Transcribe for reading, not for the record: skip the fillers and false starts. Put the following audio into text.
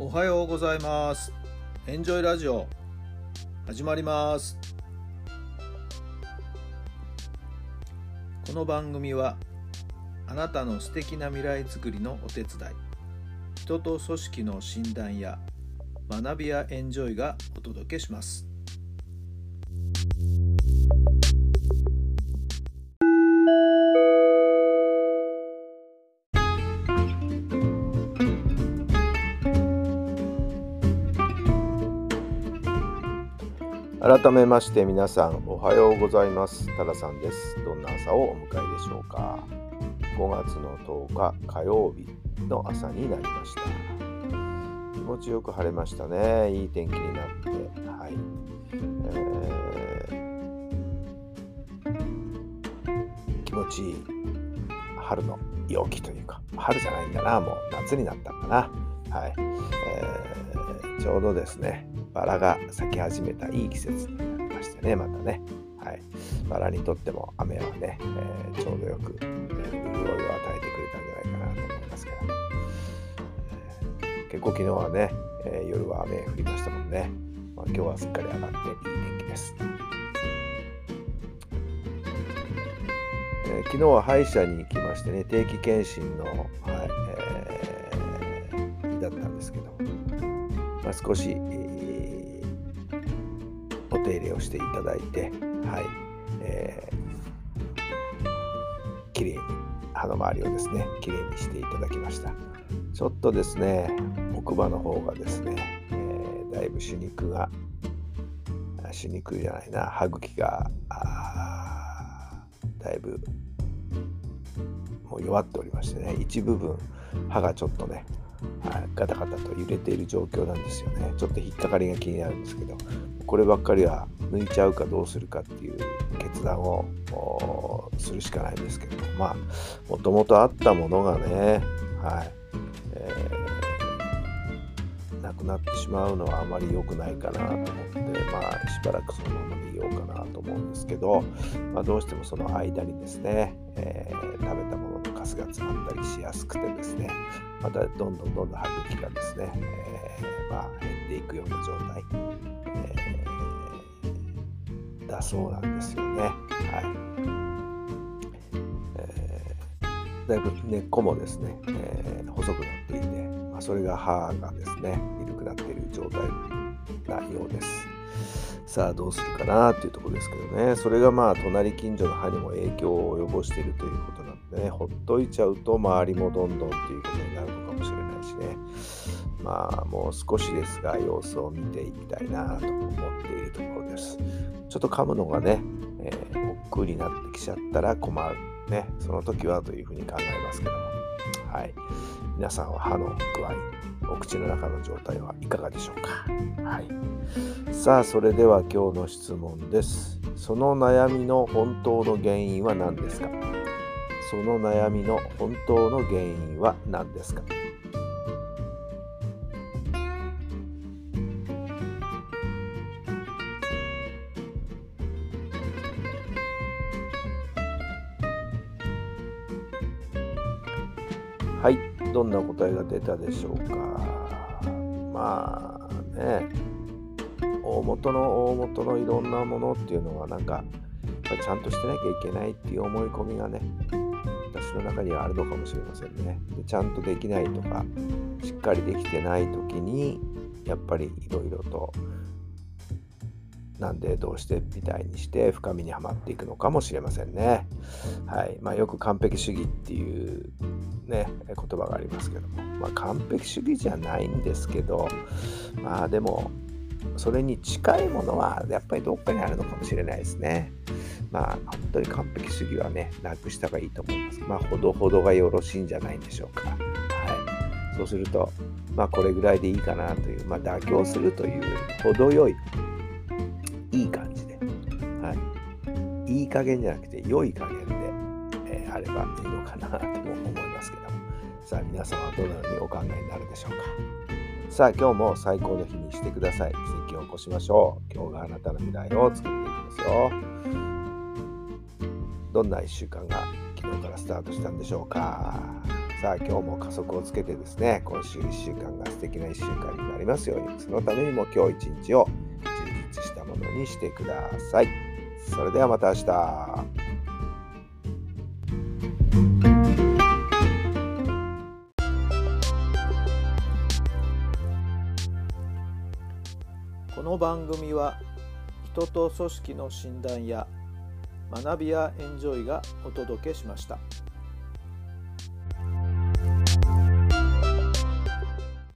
おはようございます。エンジョイラジオ始まります。この番組はあなたの素敵な未来づくりのお手伝い、人と組織の診断や学びやエンジョイがお届けします。改めまして皆さんおはようございます。タラさんです。どんな朝をお迎えでしょうか。5月の10日火曜日の朝になりました。気持ちよく晴れましたね。いい天気になって、気持ちいい春の陽気というか、春じゃないんだな、もう夏になったんだな。ちょうどですね、バラが咲き始めたいい季節になりましてね、またね、バラにとっても雨はね、ちょうどよく、潤いを与えてくれたんじゃないかなと思いますけど、結構昨日はね、夜は雨降りましたもんね。今日はすっかり上がっていい天気です。昨日は歯医者に行きましてね、定期検診の、日だったんですけど、少し、お手入れをしていただいて、きれいに歯の周りをですね、きれいにしていただきました。ちょっとですね、奥歯の方がですね、だいぶ歯茎がだいぶもう弱っておりましてね、一部分歯がちょっとね、ガタガタと揺れている状況なんですよね。ちょっと引っかかりが気になるんですけど、こればっかりは抜いちゃうかどうするかっていう決断をするしかないんですけど、もともとあったものがね、なくなってしまうのはあまり良くないかなと思って、しばらくそのままでいようかなと思うんですけど、どうしてもその間にですね、食べたもののカスが詰まったりしやすくてですね、またどんどん歯茎がですね、減っていくような状態、だそうなんですよね。だいぶ根っこもですね、細くなっていて、それが歯がですね、緩くなっている状態なようです。さあどうするかなっていうところですけどね、それが隣近所の歯にも影響を及ぼしているということなのでね、ほっといちゃうと周りもどんどんっていうことになるのかもしれないしね、もう少しですが様子を見ていきたいなと思っているところです。ちょっと噛むのがね、億劫になってきちゃったら困るね、その時はというふうに考えますけども、皆さんは歯の具合、お口の中の状態はいかがでしょうか。さあそれでは今日の質問です。その悩みの本当の原因は何ですか？その悩みの本当の原因は何ですか？どんな答えが出たでしょうか。大元のいろんなものっていうのはちゃんとしてなきゃいけないっていう思い込みがね、私の中にはあるのかもしれませんね。でちゃんとできないとか、しっかりできてない時にやっぱりいろいろとなんでどうしてみたいにして深みにはまっていくのかもしれませんね。よく完璧主義っていうね言葉がありますけども、完璧主義じゃないんですけど、でもそれに近いものはやっぱりどっかにあるのかもしれないですね。本当に完璧主義はね、なくした方がいいと思います。ほどほどがよろしいんじゃないんでしょうか。そうするとこれぐらいでいいかなという、妥協するというより程よいいい感じで、いい加減じゃなくて良い加減で、あればいいのかなとも思いますけども、さあ皆さんはどのようにお考えになるでしょうか。さあ今日も最高の日にしてください。奇跡を起こしましょう。今日があなたの未来を作っていきますよ。どんな1週間が昨日からスタートしたんでしょうか。 さあ今日も加速をつけてですね、今週1週間が素敵な1週間になりますように、そのためにも今日一日を充実したものにしてください。それではまた明日。 この番組は人と組織の診断や学びやエンジョイがお届けしました。